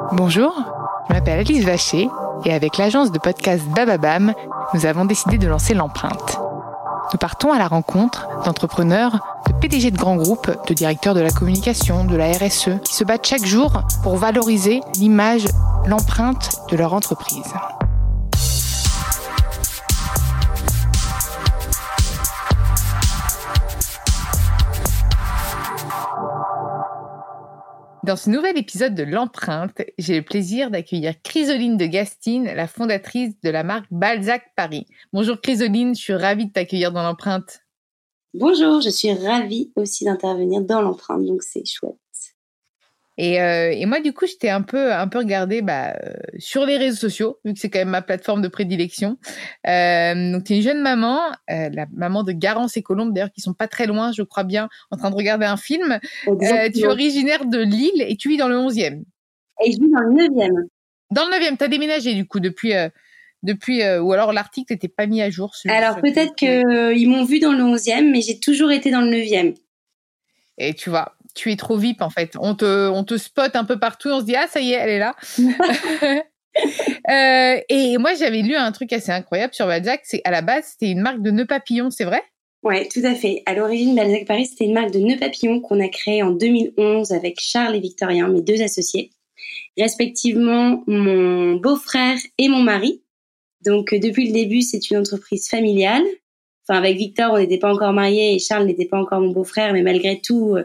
Bonjour, je m'appelle Alice Vacher et avec l'agence de podcast Bababam, nous avons décidé de lancer l'empreinte. Nous partons à la rencontre d'entrepreneurs, de PDG de grands groupes, de directeurs de la communication, de la RSE, qui se battent chaque jour pour valoriser l'image, l'empreinte de leur entreprise. Dans ce nouvel épisode de l'empreinte, j'ai le plaisir d'accueillir Chrysoline de Gastine, la fondatrice de la marque Balzac Paris. Bonjour Chrysoline, je suis ravie de t'accueillir dans l'empreinte. Bonjour, je suis ravie aussi d'intervenir dans l'empreinte, donc c'est chouette. Et moi, du coup, j'étais un peu regardée sur les réseaux sociaux, vu que c'est quand même ma plateforme de prédilection. Donc, tu es une jeune maman, la maman de Garance et Colombe, d'ailleurs, qui sont pas très loin, je crois bien, en train de regarder un film. Tu es originaire de Lille et tu vis dans le 11e. Et je vis dans le 9e. Dans le 9e, tu as déménagé, du coup, depuis ou alors l'article n'était pas mis à jour. Alors, peut-être qu'ils m'ont vu dans le 11e, mais j'ai toujours été dans le 9e. Et tu vois, tu es trop VIP en fait. On te spot un peu partout. On se dit ah ça y est, elle est là. Et moi j'avais lu un truc assez incroyable sur Balzac. C'est à la base c'était une marque de nœuds papillons, c'est vrai ? Ouais, tout à fait. À l'origine, Balzac Paris c'était une marque de nœuds papillons qu'on a créée en 2011 avec Charles et Victorien, mes deux associés, respectivement mon beau-frère et mon mari. Donc depuis le début, c'est une entreprise familiale. Enfin, avec Victor, on n'était pas encore mariés et Charles n'était pas encore mon beau-frère, mais malgré tout...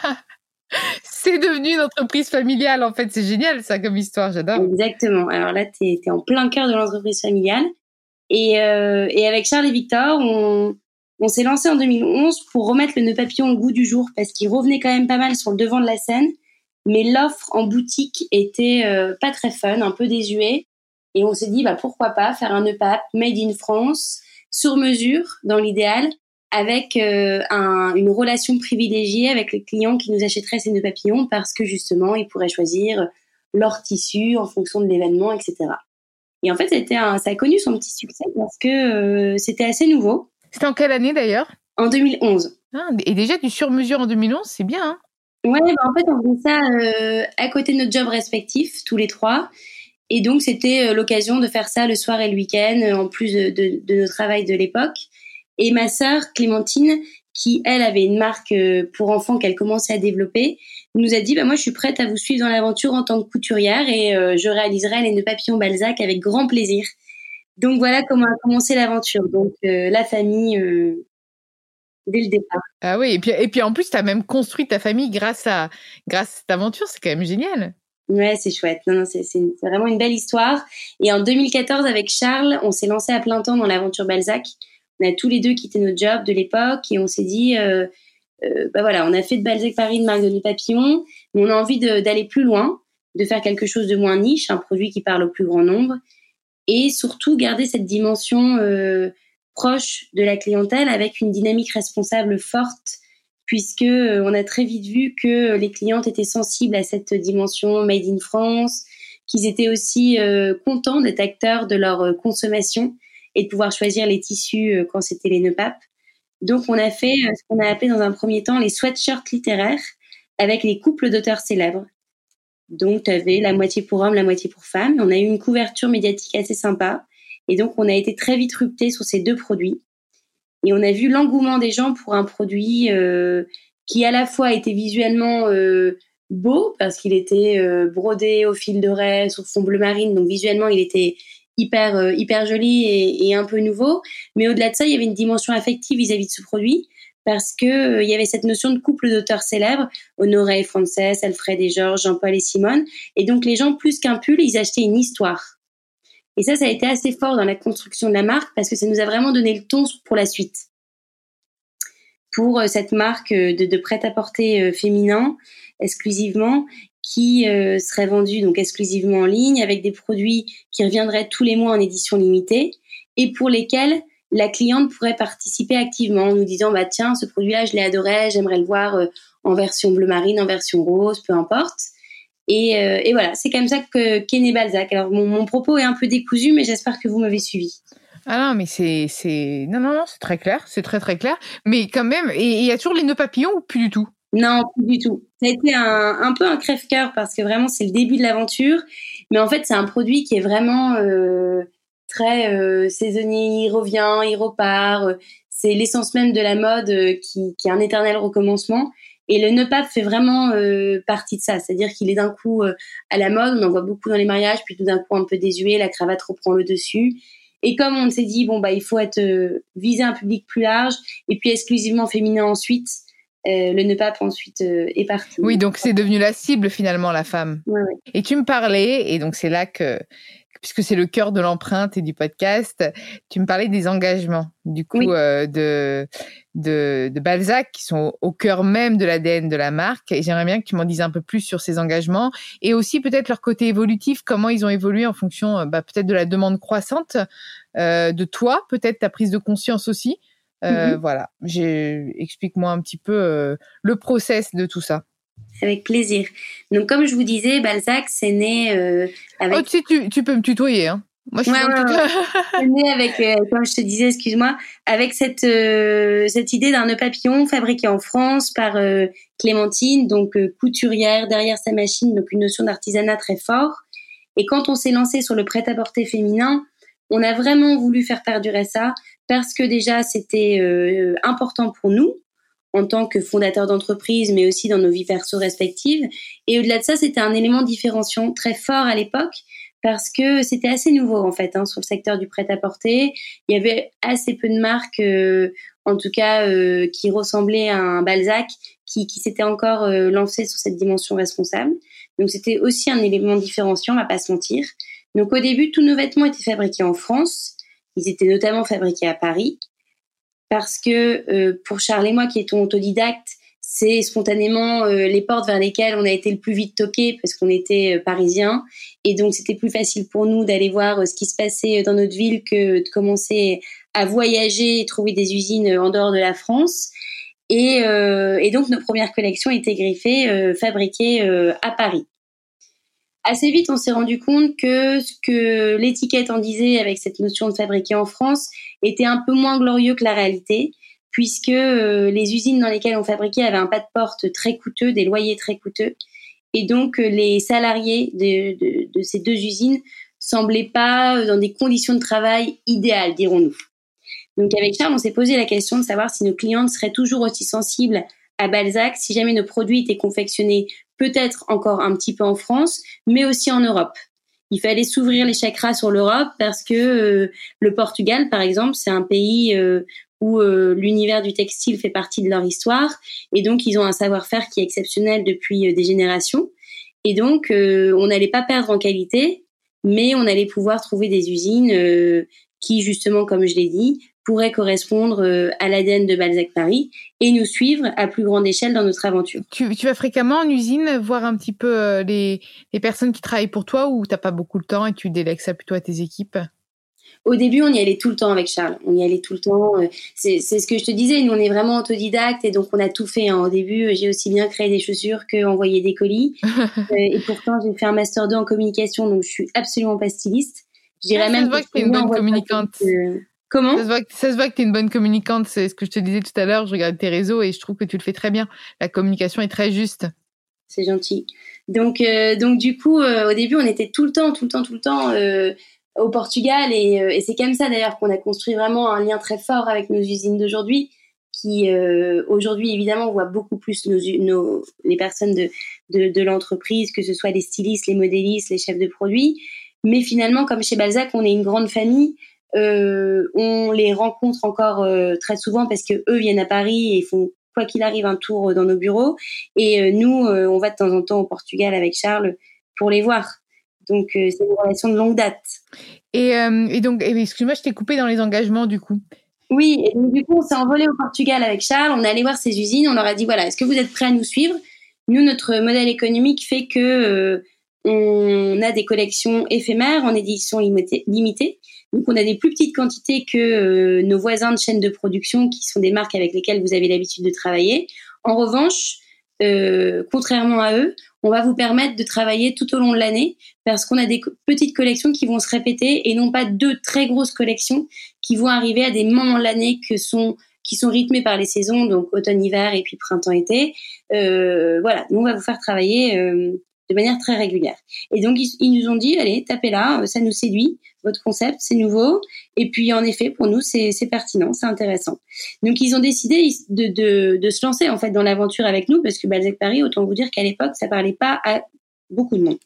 C'est devenu une entreprise familiale, en fait. C'est génial, ça, comme histoire. J'adore. Exactement. Alors là, t'es en plein cœur de l'entreprise familiale. Et avec Charles et Victor, on s'est lancé en 2011 pour remettre le nœud papillon au goût du jour parce qu'il revenait quand même pas mal sur le devant de la scène. Mais l'offre en boutique était pas très fun, un peu désuet. Et on s'est dit, pourquoi pas faire un nœud pape made in France, sur mesure, dans l'idéal, avec une relation privilégiée avec les clients qui nous achèteraient ces nœuds papillons parce que justement, ils pourraient choisir leur tissu en fonction de l'événement, etc. Et en fait, ça a connu son petit succès parce que c'était assez nouveau. C'était en quelle année d'ailleurs ? En 2011. Ah, et déjà du sur-mesure en 2011, c'est bien, hein ? Ouais, en fait, on faisait ça à côté de notre job respectif, tous les trois. Et donc, c'était l'occasion de faire ça le soir et le week-end, en plus de notre travail de l'époque. Et ma sœur, Clémentine, qui, elle, avait une marque pour enfants qu'elle commençait à développer, nous a dit, moi, je suis prête à vous suivre dans l'aventure en tant que couturière et je réaliserai les nœuds papillons Balzac avec grand plaisir. Donc, voilà comment a commencé l'aventure. Donc, la famille, dès le départ. Ah oui, et puis en plus, tu as même construit ta famille grâce à cette aventure. C'est quand même génial. Ouais, c'est chouette. Non, c'est vraiment une belle histoire. Et en 2014, avec Charles, on s'est lancé à plein temps dans l'aventure Balzac. On a tous les deux quitté notre job de l'époque et on s'est dit, on a fait de Balzac Paris une marque de nœuds papillons, mais on a envie d'aller plus loin, de faire quelque chose de moins niche, un produit qui parle au plus grand nombre, et surtout garder cette dimension proche de la clientèle avec une dynamique responsable forte, puisque on a très vite vu que les clientes étaient sensibles à cette dimension made in France, qu'ils étaient aussi contents d'être acteurs de leur consommation et de pouvoir choisir les tissus quand c'était les nœuds papes. Donc, on a fait ce qu'on a appelé dans un premier temps les sweatshirts littéraires avec les couples d'auteurs célèbres. Donc, tu avais la moitié pour hommes, la moitié pour femmes. On a eu une couverture médiatique assez sympa. Et donc, on a été très vite ruptés sur ces deux produits. Et on a vu l'engouement des gens pour un produit qui à la fois était visuellement beau parce qu'il était brodé au fil de raie sur fond bleu marine. Donc, visuellement, il était hyper joli et un peu nouveau, mais au-delà de ça, il y avait une dimension affective vis-à-vis de ce produit parce que il y avait cette notion de couple d'auteurs célèbres, Honoré et Frances, Alfred et Georges, Jean-Paul et Simone, et donc les gens plus qu'un pull, ils achetaient une histoire. Et ça a été assez fort dans la construction de la marque parce que ça nous a vraiment donné le ton pour la suite. Pour cette marque de prêt-à-porter féminin exclusivement, qui serait vendu donc exclusivement en ligne avec des produits qui reviendraient tous les mois en édition limitée et pour lesquels la cliente pourrait participer activement en nous disant tiens, ce produit-là je l'ai adoré, j'aimerais le voir en version bleu marine, en version rose, peu importe. Et voilà, c'est comme ça qu'est né Balzac. Alors mon propos est un peu décousu, mais j'espère que vous m'avez suivi. Ah non, mais non, c'est très clair, c'est très très clair. Mais quand même, et il y a toujours les nœuds papillons ou plus du tout ? Non, plus du tout. Ça a été un peu un crève-cœur parce que vraiment c'est le début de l'aventure, mais en fait c'est un produit qui est vraiment très saisonnier, il revient, il repart, c'est l'essence même de la mode qui est un éternel recommencement. Et le nœud pape fait vraiment partie de ça, c'est-à-dire qu'il est d'un coup à la mode, on en voit beaucoup dans les mariages, puis tout d'un coup un peu désuet, la cravate reprend le dessus. Et comme on s'est dit bon bah il faut être viser un public plus large et puis exclusivement féminin ensuite, le nœud pape ensuite est parti. Oui, donc c'est devenu la cible finalement, la femme. Ouais, ouais. Et tu me parlais, et donc c'est là que, puisque c'est le cœur de l'empreinte et du podcast, tu me parlais des engagements, du coup, Oui. de Balzac, qui sont au cœur même de l'ADN de la marque. Et j'aimerais bien que tu m'en dises un peu plus sur ces engagements et aussi peut-être leur côté évolutif, comment ils ont évolué en fonction peut-être de la demande croissante de toi, peut-être ta prise de conscience aussi. Voilà, explique-moi un petit peu le process de tout ça. Avec plaisir. Donc, comme je vous disais, Balzac, c'est né avec... Oh, tu sais, tu peux me tutoyer, hein. Moi, je suis dans le tutoiement. C'est né avec, comme je te disais, excuse-moi, avec cette idée d'un nœud papillon fabriqué en France par Clémentine, donc couturière derrière sa machine, donc une notion d'artisanat très fort. Et quand on s'est lancé sur le prêt-à-porter féminin, on a vraiment voulu faire perdurer ça parce que déjà, c'était important pour nous en tant que fondateur d'entreprise, mais aussi dans nos vies perso respectives. Et au-delà de ça, c'était un élément différenciant très fort à l'époque parce que c'était assez nouveau en fait sur le secteur du prêt-à-porter. Il y avait assez peu de marques, en tout cas, qui ressemblaient à un Balzac, qui s'était encore lancé sur cette dimension responsable. Donc c'était aussi un élément différenciant, on va pas se mentir. Donc au début, tous nos vêtements étaient fabriqués en France. Ils étaient notamment fabriqués à Paris. Parce que pour Charles et moi qui étions autodidactes, c'est spontanément les portes vers lesquelles on a été le plus vite toqués parce qu'on était parisiens. Et donc, c'était plus facile pour nous d'aller voir ce qui se passait dans notre ville que de commencer à voyager et trouver des usines en dehors de la France. Et donc, nos premières collections étaient griffées, fabriquées à Paris. Assez vite, on s'est rendu compte que ce que l'étiquette en disait avec cette notion de fabriquer en France était un peu moins glorieux que la réalité, puisque les usines dans lesquelles on fabriquait avaient un pas de porte très coûteux, des loyers très coûteux. Et donc, les salariés de ces deux usines semblaient pas dans des conditions de travail idéales, dirons-nous. Donc, avec Charles, on s'est posé la question de savoir si nos clientes seraient toujours aussi sensibles à Balzac si jamais nos produits étaient confectionnés peut-être encore un petit peu en France, mais aussi en Europe. Il fallait s'ouvrir les chakras sur l'Europe parce que le Portugal, par exemple, c'est un pays où l'univers du textile fait partie de leur histoire et donc ils ont un savoir-faire qui est exceptionnel depuis des générations. Et donc, on n'allait pas perdre en qualité, mais on allait pouvoir trouver des usines qui, justement, comme je l'ai dit, pourraient correspondre à l'ADN de Balzac Paris et nous suivre à plus grande échelle dans notre aventure. Tu vas fréquemment en usine voir un petit peu les personnes qui travaillent pour toi ou t'as pas beaucoup de temps et tu délègues ça plutôt à tes équipes? Au début, on y allait tout le temps avec Charles. On y allait tout le temps. C'est ce que je te disais. Nous, on est vraiment autodidactes et donc on a tout fait. Au début, j'ai aussi bien créé des chaussures qu'envoyé des colis. Et pourtant, j'ai fait un master 2 en communication, donc je suis absolument pas styliste. Je dirais même ça se voit que tu es une bonne communicante. Comment ? Ça se voit que tu es une bonne communicante. C'est ce que je te disais tout à l'heure. Je regarde tes réseaux et je trouve que tu le fais très bien. La communication est très juste. C'est gentil. Donc du coup, au début, on était tout le temps au Portugal et c'est comme ça d'ailleurs qu'on a construit vraiment un lien très fort avec nos usines d'aujourd'hui qui aujourd'hui évidemment on voit beaucoup plus les personnes de l'entreprise, que ce soit les stylistes, les modélistes, les chefs de produits, mais finalement comme chez Balzac on est une grande famille, on les rencontre encore très souvent parce que eux viennent à Paris et font quoi qu'il arrive un tour dans nos bureaux et nous on va de temps en temps au Portugal avec Charles pour les voir. Donc, c'est une relation de longue date. Et donc, excuse-moi, je t'ai coupé dans les engagements, du coup. Oui, et donc, du coup, on s'est envolé au Portugal avec Charles. On est allé voir ces usines. On leur a dit, voilà, est-ce que vous êtes prêts à nous suivre ? Nous, notre modèle économique fait que on a des collections éphémères en édition limitée. Donc, on a des plus petites quantités que nos voisins de chaînes de production, qui sont des marques avec lesquelles vous avez l'habitude de travailler. En revanche, contrairement à eux, on va vous permettre de travailler tout au long de l'année parce qu'on a des petites collections qui vont se répéter et non pas deux très grosses collections qui vont arriver à des moments de l'année que sont qui sont rythmés par les saisons, donc automne-hiver et puis printemps-été. Voilà, nous on va vous faire travailler de manière très régulière. Et donc ils nous ont dit, allez, tapez là, ça nous séduit, votre concept, c'est nouveau. Et puis en effet, pour nous, c'est pertinent, c'est intéressant. Donc ils ont décidé de se lancer en fait dans l'aventure avec nous, parce que Balzac Paris, autant vous dire qu'à l'époque, ça parlait pas à beaucoup de monde.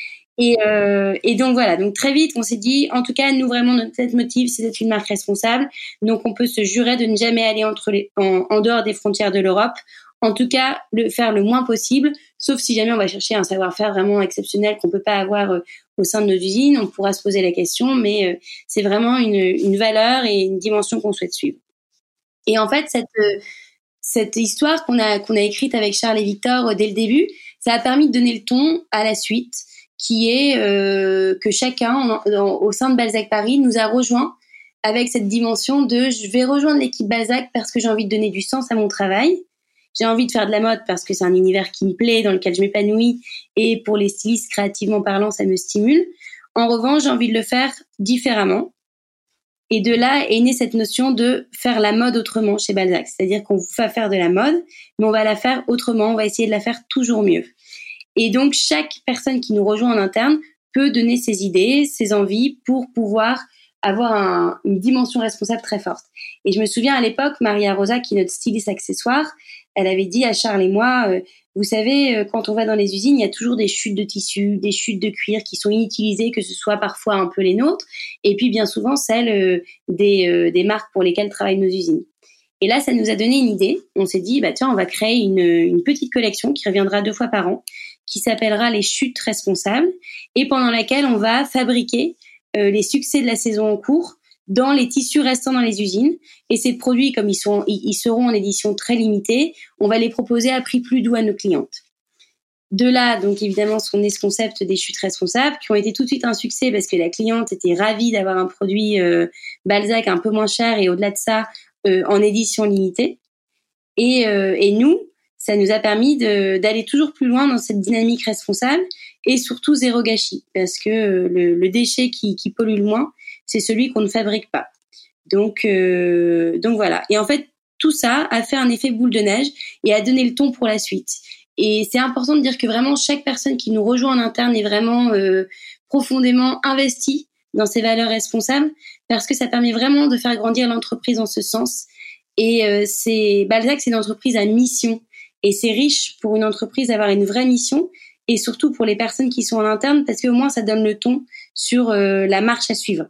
Et donc voilà, donc très vite on s'est dit, en tout cas nous vraiment notre motive c'est d'être une marque responsable, donc on peut se jurer de ne jamais aller en dehors des frontières de l'Europe, en tout cas le faire le moins possible, sauf si jamais on va chercher un savoir-faire vraiment exceptionnel qu'on peut pas avoir au sein de nos usines, on pourra se poser la question, mais c'est vraiment une valeur et une dimension qu'on souhaite suivre. Et en fait cette histoire qu'on a écrite avec Charles et Victor dès le début, ça a permis de donner le ton à la suite, qui est que chacun au sein de Balzac Paris nous a rejoints avec cette dimension de je vais rejoindre l'équipe Balzac parce que j'ai envie de donner du sens à mon travail, j'ai envie de faire de la mode parce que c'est un univers qui me plaît, dans lequel je m'épanouis, et pour les stylistes créativement parlant ça me stimule. En revanche, j'ai envie de le faire différemment, et de là est née cette notion de faire la mode autrement chez Balzac, c'est-à-dire qu'on va faire de la mode mais on va la faire autrement, on va essayer de la faire toujours mieux. Et donc, chaque personne qui nous rejoint en interne peut donner ses idées, ses envies pour pouvoir avoir une dimension responsable très forte. Et je me souviens à l'époque, Maria Rosa, qui est notre styliste accessoire, elle avait dit à Charles et moi, vous savez, quand on va dans les usines, il y a toujours des chutes de tissu, des chutes de cuir qui sont inutilisées, que ce soit parfois un peu les nôtres, et puis bien souvent celles des marques pour lesquelles travaillent nos usines. Et là, ça nous a donné une idée. On s'est dit, tiens, on va créer une petite collection qui reviendra 2 fois par an, qui s'appellera les chutes responsables, et pendant laquelle on va fabriquer les succès de la saison en cours dans les tissus restants dans les usines. Et ces produits, comme ils seront en édition très limitée, on va les proposer à prix plus doux à nos clientes. De là, donc évidemment, sont nés ce concept des chutes responsables, qui ont été tout de suite un succès parce que la cliente était ravie d'avoir un produit Balzac un peu moins cher, et au-delà de ça, en édition limitée. Et nous, ça nous a permis d'aller toujours plus loin dans cette dynamique responsable, et surtout zéro gâchis, parce que le déchet qui pollue le moins, c'est celui qu'on ne fabrique pas. Donc voilà. Et en fait, tout ça a fait un effet boule de neige et a donné le ton pour la suite. Et c'est important de dire que vraiment chaque personne qui nous rejoint en interne est vraiment profondément investie dans ces valeurs responsables, parce que ça permet vraiment de faire grandir l'entreprise en ce sens. Et Balzac, c'est une entreprise à mission. Et c'est riche pour une entreprise d'avoir une vraie mission, et surtout pour les personnes qui sont en interne, parce qu'au moins ça donne le ton sur la marche à suivre.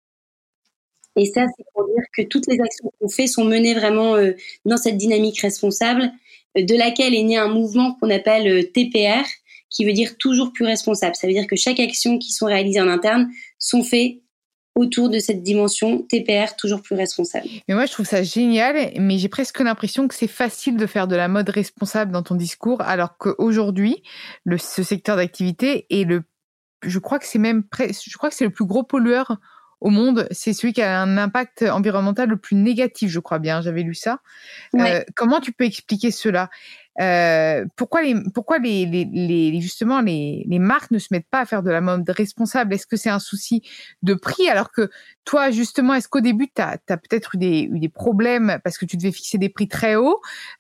Et ça, c'est pour dire que toutes les actions qu'on fait sont menées vraiment dans cette dynamique responsable, de laquelle est né un mouvement qu'on appelle TPR, qui veut dire toujours plus responsable. Ça veut dire que chaque action qui sont réalisées en interne sont faites autour de cette dimension TPR, toujours plus responsable. Mais moi, je trouve ça génial, mais j'ai presque l'impression que c'est facile de faire de la mode responsable dans ton discours, alors qu'aujourd'hui, ce secteur d'activité est je crois que c'est le plus gros pollueur au monde. C'est celui qui a un impact environnemental le plus négatif, je crois bien. J'avais lu ça. Ouais. Comment tu peux expliquer cela ? Pourquoi justement les marques ne se mettent pas à faire de la mode responsable ? Est-ce que c'est un souci de prix, alors que toi justement, est-ce qu'au début t'as peut-être eu des problèmes parce que tu devais fixer des prix très hauts ?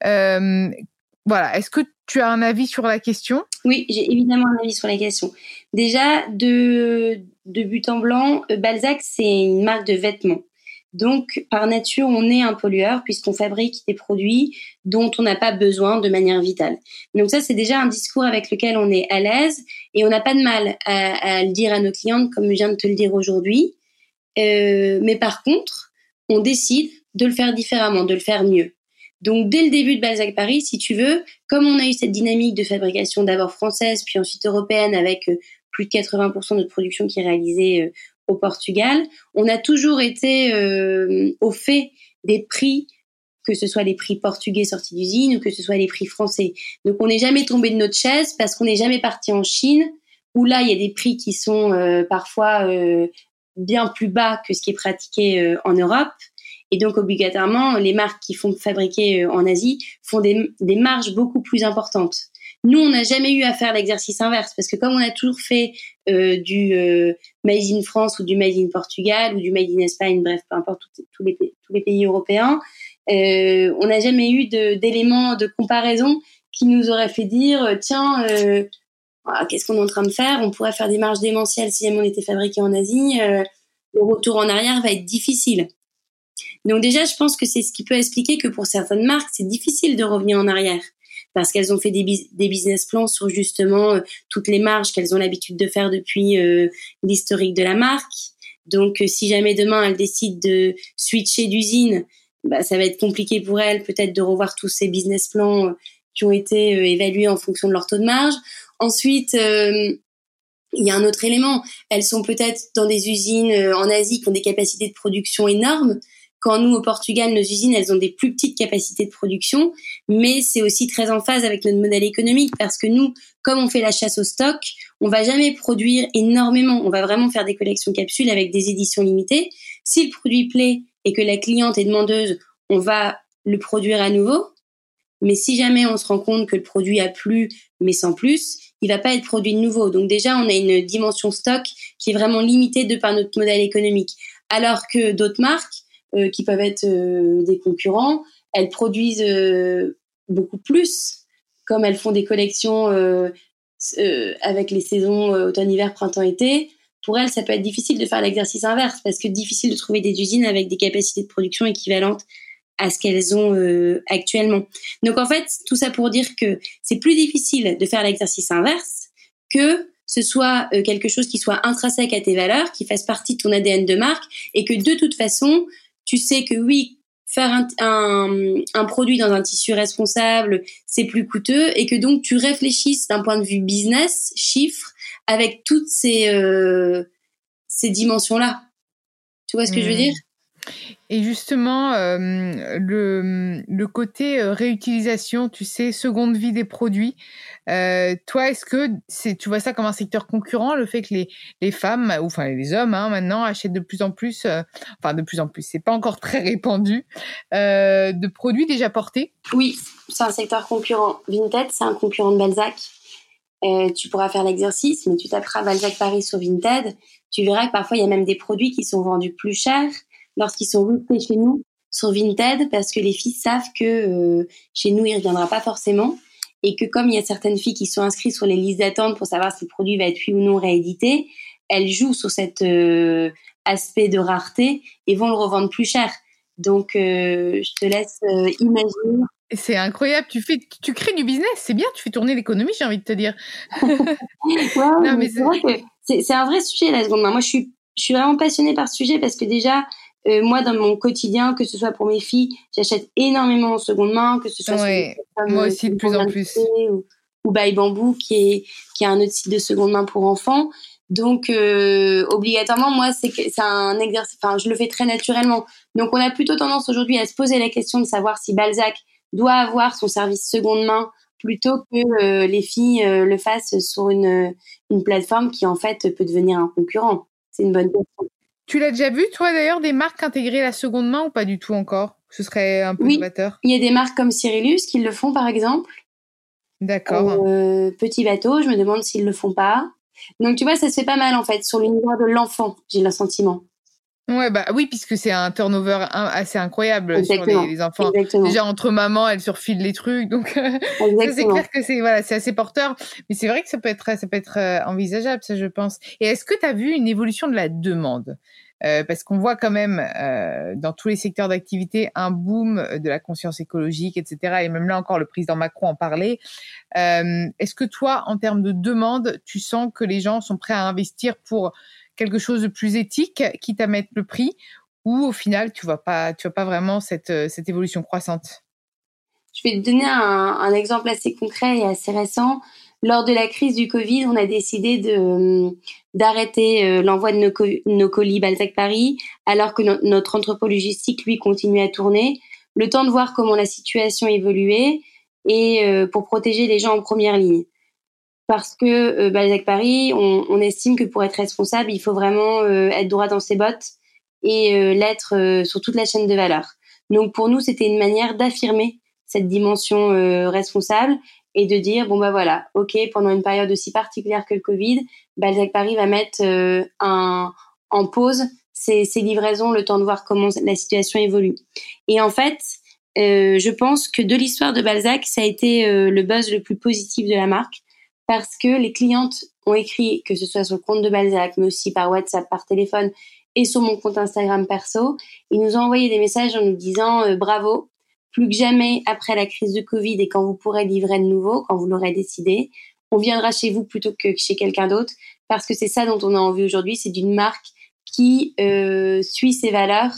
Voilà, est-ce que tu as un avis sur la question ? Oui, j'ai évidemment un avis sur la question. Déjà, de but en blanc, Balzac, c'est une marque de vêtements. Donc, par nature, on est un pollueur puisqu'on fabrique des produits dont on n'a pas besoin de manière vitale. Donc ça, c'est déjà un discours avec lequel on est à l'aise, et on n'a pas de mal à le dire à nos clientes, comme je viens de te le dire aujourd'hui. Mais par contre, on décide de le faire différemment, de le faire mieux. Donc, dès le début de Balzac Paris, si tu veux, comme on a eu cette dynamique de fabrication d'abord française, puis ensuite européenne, avec plus de 80% de notre production qui est réalisée au Portugal, on a toujours été au fait des prix, que ce soit les prix portugais sortis d'usine ou que ce soit les prix français. Donc, on n'est jamais tombé de notre chaise parce qu'on n'est jamais parti en Chine, où là, il y a des prix qui sont parfois bien plus bas que ce qui est pratiqué en Europe. Et donc, obligatoirement, les marques qui font fabriquer en Asie font des marges beaucoup plus importantes. Nous, on n'a jamais eu à faire l'exercice inverse, parce que comme on a toujours fait du Made in France ou du Made in Portugal ou du Made in Espagne, bref, peu importe, tous les pays européens, On n'a jamais eu d'éléments de comparaison qui nous auraient fait dire tiens, qu'est-ce qu'on est en train de faire? On pourrait faire des marges démentielles si jamais on était fabriqué en Asie. Le retour en arrière va être difficile. Donc déjà, je pense que c'est ce qui peut expliquer que pour certaines marques, c'est difficile de revenir en arrière parce qu'elles ont fait des business plans sur justement toutes les marges qu'elles ont l'habitude de faire depuis l'historique de la marque. Donc, si jamais demain, elles décident de switcher d'usine, ça va être compliqué pour elles peut-être de revoir tous ces business plans qui ont été évalués en fonction de leur taux de marge. Ensuite, il y a un autre élément. Elles sont peut-être dans des usines en Asie qui ont des capacités de production énormes. Quand nous, au Portugal, nos usines, elles ont des plus petites capacités de production, mais c'est aussi très en phase avec notre modèle économique parce que nous, comme on fait la chasse au stock, on va jamais produire énormément. On va vraiment faire des collections capsules avec des éditions limitées. Si le produit plaît et que la cliente est demandeuse, on va le produire à nouveau. Mais si jamais on se rend compte que le produit a plu, mais sans plus, il va pas être produit de nouveau. Donc déjà, on a une dimension stock qui est vraiment limitée de par notre modèle économique. Alors que d'autres marques, qui peuvent être des concurrents, elles produisent beaucoup plus, comme elles font des collections avec les saisons automne-hiver, printemps-été. Pour elles, ça peut être difficile de faire l'exercice inverse, parce que difficile de trouver des usines avec des capacités de production équivalentes à ce qu'elles ont actuellement. Donc en fait, tout ça pour dire que c'est plus difficile de faire l'exercice inverse que ce soit quelque chose qui soit intrinsèque à tes valeurs, qui fasse partie de ton ADN de marque, et que de toute façon, tu sais que oui, faire un produit dans un tissu responsable, c'est plus coûteux, et que donc tu réfléchisses d'un point de vue business, chiffres, avec toutes ces dimensions-là. Tu vois ce que je veux dire ? Et justement, le côté réutilisation, tu sais, seconde vie des produits, toi, est-ce que tu vois ça comme un secteur concurrent, le fait que les femmes, ou enfin les hommes maintenant, achètent de plus en plus, c'est pas encore très répandu, de produits déjà portés? Oui, c'est un secteur concurrent. Vinted, c'est un concurrent de Balzac. Tu pourras faire l'exercice, mais tu taperas Balzac Paris sur Vinted, tu verras que parfois il y a même des produits qui sont vendus plus cher lorsqu'ils sont listés chez nous sur Vinted, parce que les filles savent que chez nous, il ne reviendra pas forcément, et que comme il y a certaines filles qui sont inscrites sur les listes d'attente pour savoir si le produit va être oui ou non réédité, elles jouent sur cet aspect de rareté et vont le revendre plus cher. Donc, je te laisse imaginer. C'est incroyable, tu crées du business, c'est bien, tu fais tourner l'économie, j'ai envie de te dire. Non, mais c'est vrai que c'est un vrai sujet, la seconde main. Moi, je suis vraiment passionnée par ce sujet parce que déjà, moi, dans mon quotidien, que ce soit pour mes filles, j'achète énormément en seconde main, que ce soit moi aussi de plus en plus. Ou Buy Bamboo, qui est un autre site de seconde main pour enfants. Donc, obligatoirement, moi, c'est un exercice, enfin, je le fais très naturellement. Donc, on a plutôt tendance aujourd'hui à se poser la question de savoir si Balzac doit avoir son service seconde main plutôt que les filles le fassent sur une plateforme qui, en fait, peut devenir un concurrent. C'est une bonne question. Tu l'as déjà vu, toi, d'ailleurs, des marques intégrer la seconde main ou pas du tout encore? Ce serait un peu novateur. Il y a des marques comme Cyrillus qui le font, par exemple. D'accord. Petit bateau, je me demande s'ils le font pas. Donc, tu vois, ça se fait pas mal, en fait, sur l'univers de l'enfant, j'ai le sentiment. Ouais, oui, puisque c'est un turnover assez incroyable. Exactement. Sur les enfants. Exactement. Déjà, entre mamans, elles surfilent les trucs. Donc, ça, c'est clair que c'est assez porteur. Mais c'est vrai que ça peut être envisageable, ça, je pense. Et est-ce que tu as vu une évolution de la demande? Parce qu'on voit quand même dans tous les secteurs d'activité un boom de la conscience écologique, etc. Et même là encore, le président Macron en parlait. Est-ce que toi, en termes de demande, tu sens que les gens sont prêts à investir pour quelque chose de plus éthique, quitte à mettre le prix, ou au final, tu vois pas vraiment cette évolution croissante? Je vais te donner un exemple assez concret et assez récent. Lors de la crise du Covid, on a décidé d'arrêter l'envoi de nos colis Balzac Paris, alors que notre entrepôt logistique, lui, continue à tourner. Le temps de voir comment la situation évoluait et pour protéger les gens en première ligne. Parce que Balzac Paris, on estime que pour être responsable, il faut vraiment être droit dans ses bottes et l'être sur toute la chaîne de valeur. Donc pour nous, c'était une manière d'affirmer cette dimension responsable et de dire, bon bah voilà, ok, pendant une période aussi particulière que le Covid, Balzac Paris va mettre en pause ces livraisons, le temps de voir comment la situation évolue. Et en fait, je pense que de l'histoire de Balzac, ça a été le buzz le plus positif de la marque parce que les clientes ont écrit, que ce soit sur le compte de Balzac, mais aussi par WhatsApp, par téléphone et sur mon compte Instagram perso. Ils nous ont envoyé des messages en nous disant bravo, plus que jamais après la crise de Covid et quand vous pourrez livrer de nouveau, quand vous l'aurez décidé, on viendra chez vous plutôt que chez quelqu'un d'autre parce que c'est ça dont on a envie aujourd'hui, c'est d'une marque qui suit ses valeurs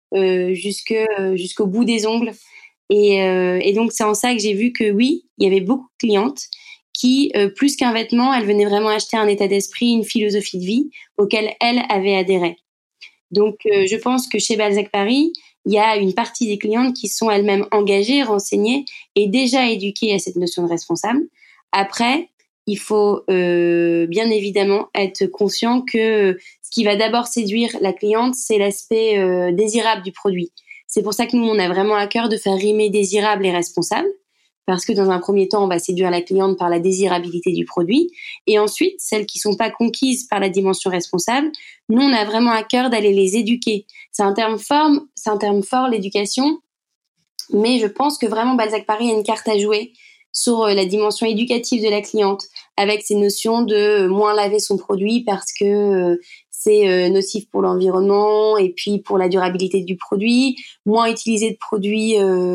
jusqu'au bout des ongles. Et donc, c'est en ça que j'ai vu que oui, il y avait beaucoup de clientes qui, plus qu'un vêtement, elles venaient vraiment acheter un état d'esprit, une philosophie de vie auquel elles avaient adhéré. Donc, je pense que chez Balzac Paris, il y a une partie des clientes qui sont elles-mêmes engagées, renseignées et déjà éduquées à cette notion de responsable. Après, il faut bien évidemment être conscient que ce qui va d'abord séduire la cliente, c'est l'aspect désirable du produit. C'est pour ça que nous, on a vraiment à cœur de faire rimer désirable et responsable, parce que dans un premier temps, on va séduire la cliente par la désirabilité du produit, et ensuite, celles qui sont pas conquises par la dimension responsable, nous, on a vraiment à cœur d'aller les éduquer. C'est un terme fort, l'éducation, mais je pense que vraiment Balzac Paris a une carte à jouer sur la dimension éducative de la cliente, avec ces notions de moins laver son produit parce que c'est nocif pour l'environnement et puis pour la durabilité du produit, moins utiliser de produits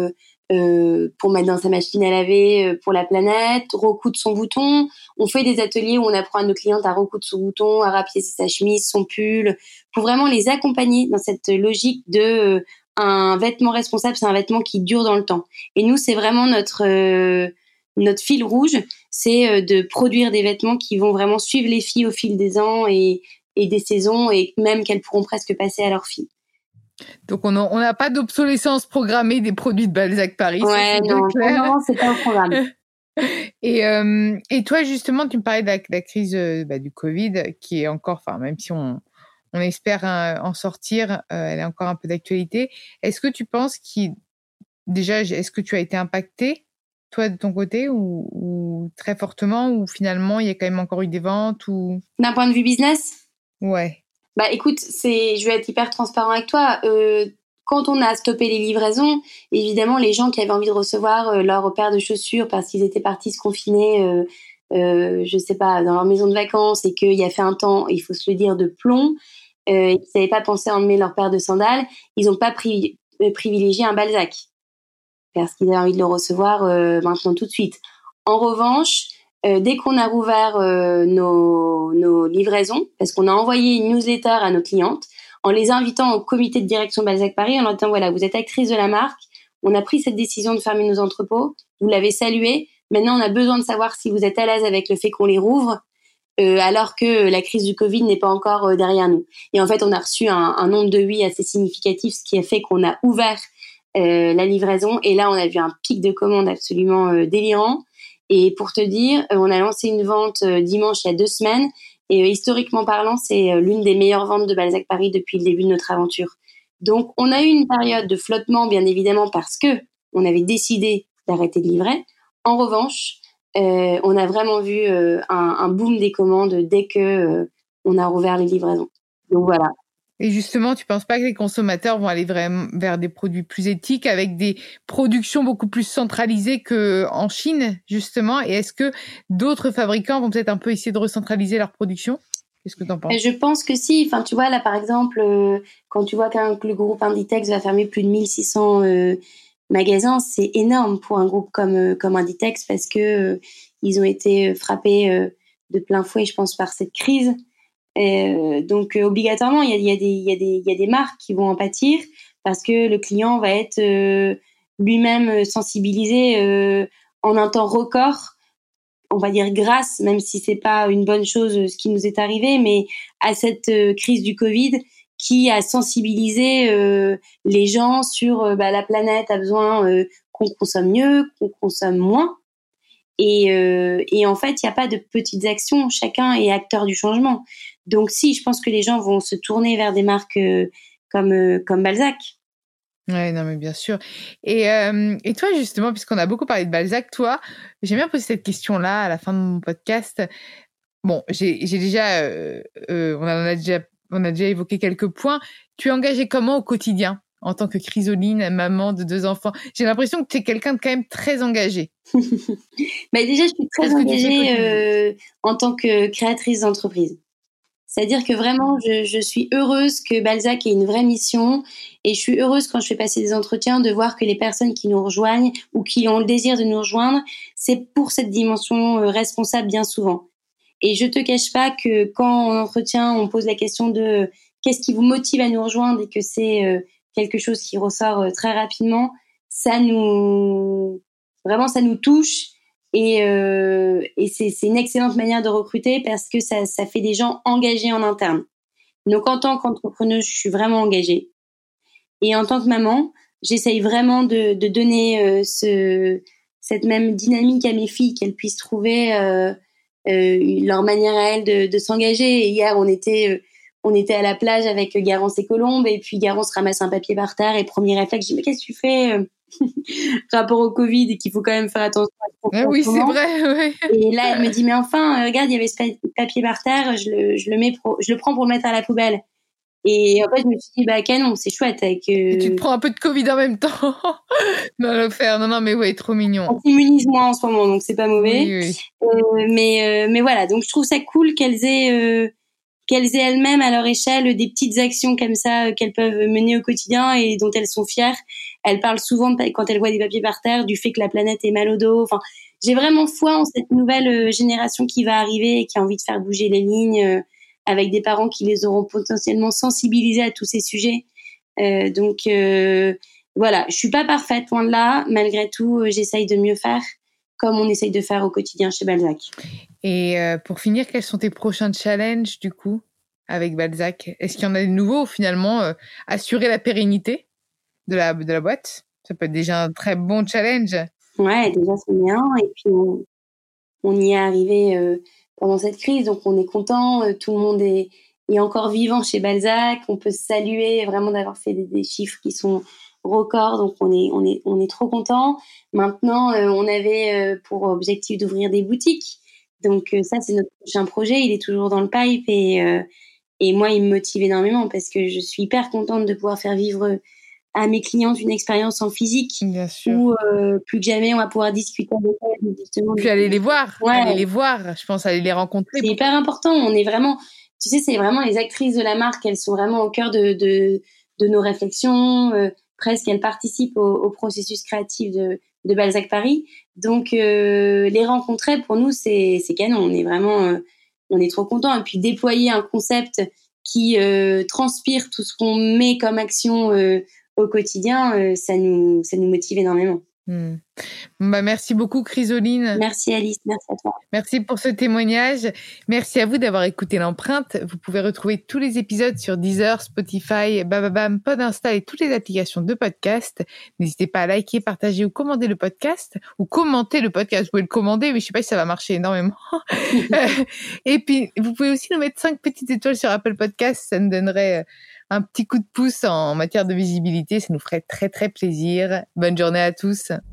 pour mettre dans sa machine à laver pour la planète, recoudre son bouton. On fait des ateliers où on apprend à nos clientes à recoudre son bouton, à rapiécer sa chemise, son pull, pour vraiment les accompagner dans cette logique de un vêtement responsable, c'est un vêtement qui dure dans le temps. Et nous, c'est vraiment notre fil rouge, c'est de produire des vêtements qui vont vraiment suivre les filles au fil des ans et des saisons, et même qu'elles pourront presque passer à leur fille. Donc, on n'a pas d'obsolescence programmée des produits de Balzac Paris. Ouais, non, c'est pas au programme. Et toi, justement, tu me parlais de la crise du Covid, qui est encore, même si on espère en sortir, elle est encore un peu d'actualité. Est-ce que tu penses est-ce que tu as été impactée, toi, de ton côté, ou très fortement, ou finalement, il y a quand même encore eu des ventes ou... D'un point de vue business ? Ouais. Écoute, je vais être hyper transparent avec toi. Quand on a stoppé les livraisons, évidemment, les gens qui avaient envie de recevoir leur paire de chaussures parce qu'ils étaient partis se confiner, je sais pas, dans leur maison de vacances et qu'il y a fait un temps, il faut se le dire, de plomb, ils n'avaient pas pensé à emmener leur paire de sandales, ils n'ont pas privilégié un Balzac parce qu'ils avaient envie de le recevoir maintenant tout de suite. En revanche, dès qu'on a rouvert nos livraisons, parce qu'on a envoyé une newsletter à nos clientes, en les invitant au comité de direction Balzac Paris, en leur disant, voilà, vous êtes actrice de la marque, on a pris cette décision de fermer nos entrepôts, vous l'avez salué, maintenant on a besoin de savoir si vous êtes à l'aise avec le fait qu'on les rouvre, alors que la crise du Covid n'est pas encore derrière nous. Et en fait, on a reçu un nombre de oui assez significatif, ce qui a fait qu'on a ouvert la livraison, et là on a vu un pic de commandes absolument délirant. Et pour te dire, on a lancé une vente dimanche il y a 2 semaines, et historiquement parlant, c'est l'une des meilleures ventes de Balzac Paris depuis le début de notre aventure. Donc on a eu une période de flottement, bien évidemment, parce que on avait décidé d'arrêter de livrer. En revanche, on a vraiment vu un boom des commandes dès que on a rouvert les livraisons. Donc voilà. Et justement, tu penses pas que les consommateurs vont aller vraiment vers des produits plus éthiques, avec des productions beaucoup plus centralisées qu'en Chine, justement? Et est-ce que d'autres fabricants vont peut-être un peu essayer de recentraliser leur production? Qu'est-ce que tu en penses? Je pense que si. Enfin, tu vois, là, par exemple, quand tu vois que le groupe Inditex va fermer plus de 1600 magasins, c'est énorme pour un groupe comme Inditex, parce que ils ont été frappés de plein fouet, je pense, par cette crise. Donc obligatoirement, il y a des marques qui vont en pâtir, parce que le client va être lui-même sensibilisé en un temps record, on va dire grâce, même si c'est pas une bonne chose ce qui nous est arrivé, mais à cette crise du Covid qui a sensibilisé les gens sur la planète a besoin qu'on consomme mieux, qu'on consomme moins. Et en fait, il n'y a pas de petites actions. Chacun est acteur du changement. Donc si, je pense que les gens vont se tourner vers des marques comme Balzac. Ouais, non, mais bien sûr. Et toi, justement, puisqu'on a beaucoup parlé de Balzac, toi, j'aime bien poser cette question-là à la fin de mon podcast. Bon, j'ai déjà, on a déjà évoqué quelques points. Tu es engagée comment au quotidien en tant que Chrysoline, maman de 2 enfants? J'ai l'impression que tu es quelqu'un de quand même très engagé. Déjà, je suis très engagée en tant que créatrice d'entreprise. C'est-à-dire que vraiment, je suis heureuse que Balzac ait une vraie mission et je suis heureuse quand je fais passer des entretiens de voir que les personnes qui nous rejoignent ou qui ont le désir de nous rejoindre, c'est pour cette dimension responsable bien souvent. Et je te cache pas que quand en entretien, on pose la question de qu'est-ce qui vous motive à nous rejoindre et que c'est quelque chose qui ressort très rapidement, ça nous touche. Et c'est une excellente manière de recruter parce que ça fait des gens engagés en interne. Donc, en tant qu'entrepreneuse, je suis vraiment engagée. Et en tant que maman, j'essaye vraiment de donner cette même dynamique à mes filles, qu'elles puissent trouver leur manière à elles de s'engager. Et hier, on était à la plage avec Garance et Colombe, et puis Garance ramasse un papier par terre, et premier réflexe, je dis, mais qu'est-ce que tu fais rapport au Covid et qu'il faut quand même faire attention à oui, c'est vrai, ouais. Et là, elle me dit, mais enfin, regarde, il y avait ce papier par terre, je le prends pour le mettre à la poubelle. Et en fait, je me suis dit, canon, c'est chouette. Et tu te prends un peu de Covid en même temps. Non, mais ouais, trop mignon. On s'immunise moins en ce moment, donc c'est pas mauvais. Oui. Mais voilà, donc je trouve ça cool qu'elles aient elles-mêmes à leur échelle des petites actions comme ça qu'elles peuvent mener au quotidien et dont elles sont fières. Elles parlent souvent, quand elles voient des papiers par terre, du fait que la planète est mal au dos. Enfin, j'ai vraiment foi en cette nouvelle génération qui va arriver et qui a envie de faire bouger les lignes avec des parents qui les auront potentiellement sensibilisés à tous ces sujets. Donc voilà, je suis pas parfaite, loin de là. Malgré tout, j'essaye de mieux faire, comme on essaye de faire au quotidien chez Balzac. Et pour finir, quels sont tes prochains challenges, du coup, avec Balzac? Est-ce qu'il y en a des nouveaux ou finalement assurer la pérennité de la boîte? Ça peut être déjà un très bon challenge. Ouais, déjà c'est bien. Et puis on y est arrivé pendant cette crise, donc on est content. Tout le monde est encore vivant chez Balzac. On peut se saluer vraiment d'avoir fait des chiffres qui sont records, donc on est trop content. Maintenant, on avait pour objectif d'ouvrir des boutiques. Donc ça, c'est notre prochain projet. Il est toujours dans le pipe et moi, il me motive énormément parce que je suis hyper contente de pouvoir faire vivre à mes clientes une expérience en physique où plus que jamais on va pouvoir discuter avec elles, justement. Puis aller les voir, je pense, aller les rencontrer. C'est hyper important. On est vraiment, tu sais, c'est vraiment les actrices de la marque. Elles sont vraiment au cœur de nos réflexions. Presque, elles participent au processus créatif de Balzac Paris. Donc, les rencontrer, pour nous, c'est canon. On est vraiment, on est trop contents. Et puis, déployer un concept qui transpire tout ce qu'on met comme action au quotidien, ça nous motive énormément. Merci beaucoup, Chrysoline. Merci, Alice. Merci à toi. Merci pour ce témoignage. Merci à vous d'avoir écouté l'empreinte. Vous pouvez retrouver tous les épisodes sur Deezer, Spotify, Bababam, Podinsta et toutes les applications de podcast. N'hésitez pas à liker, partager ou commenter le podcast. Ou commenter le podcast. Vous pouvez le commander, mais je sais pas si ça va marcher énormément. Et puis, vous pouvez aussi nous mettre 5 petites étoiles sur Apple Podcast. Ça nous donnerait un petit coup de pouce en matière de visibilité. Ça nous ferait très, très plaisir. Bonne journée à tous.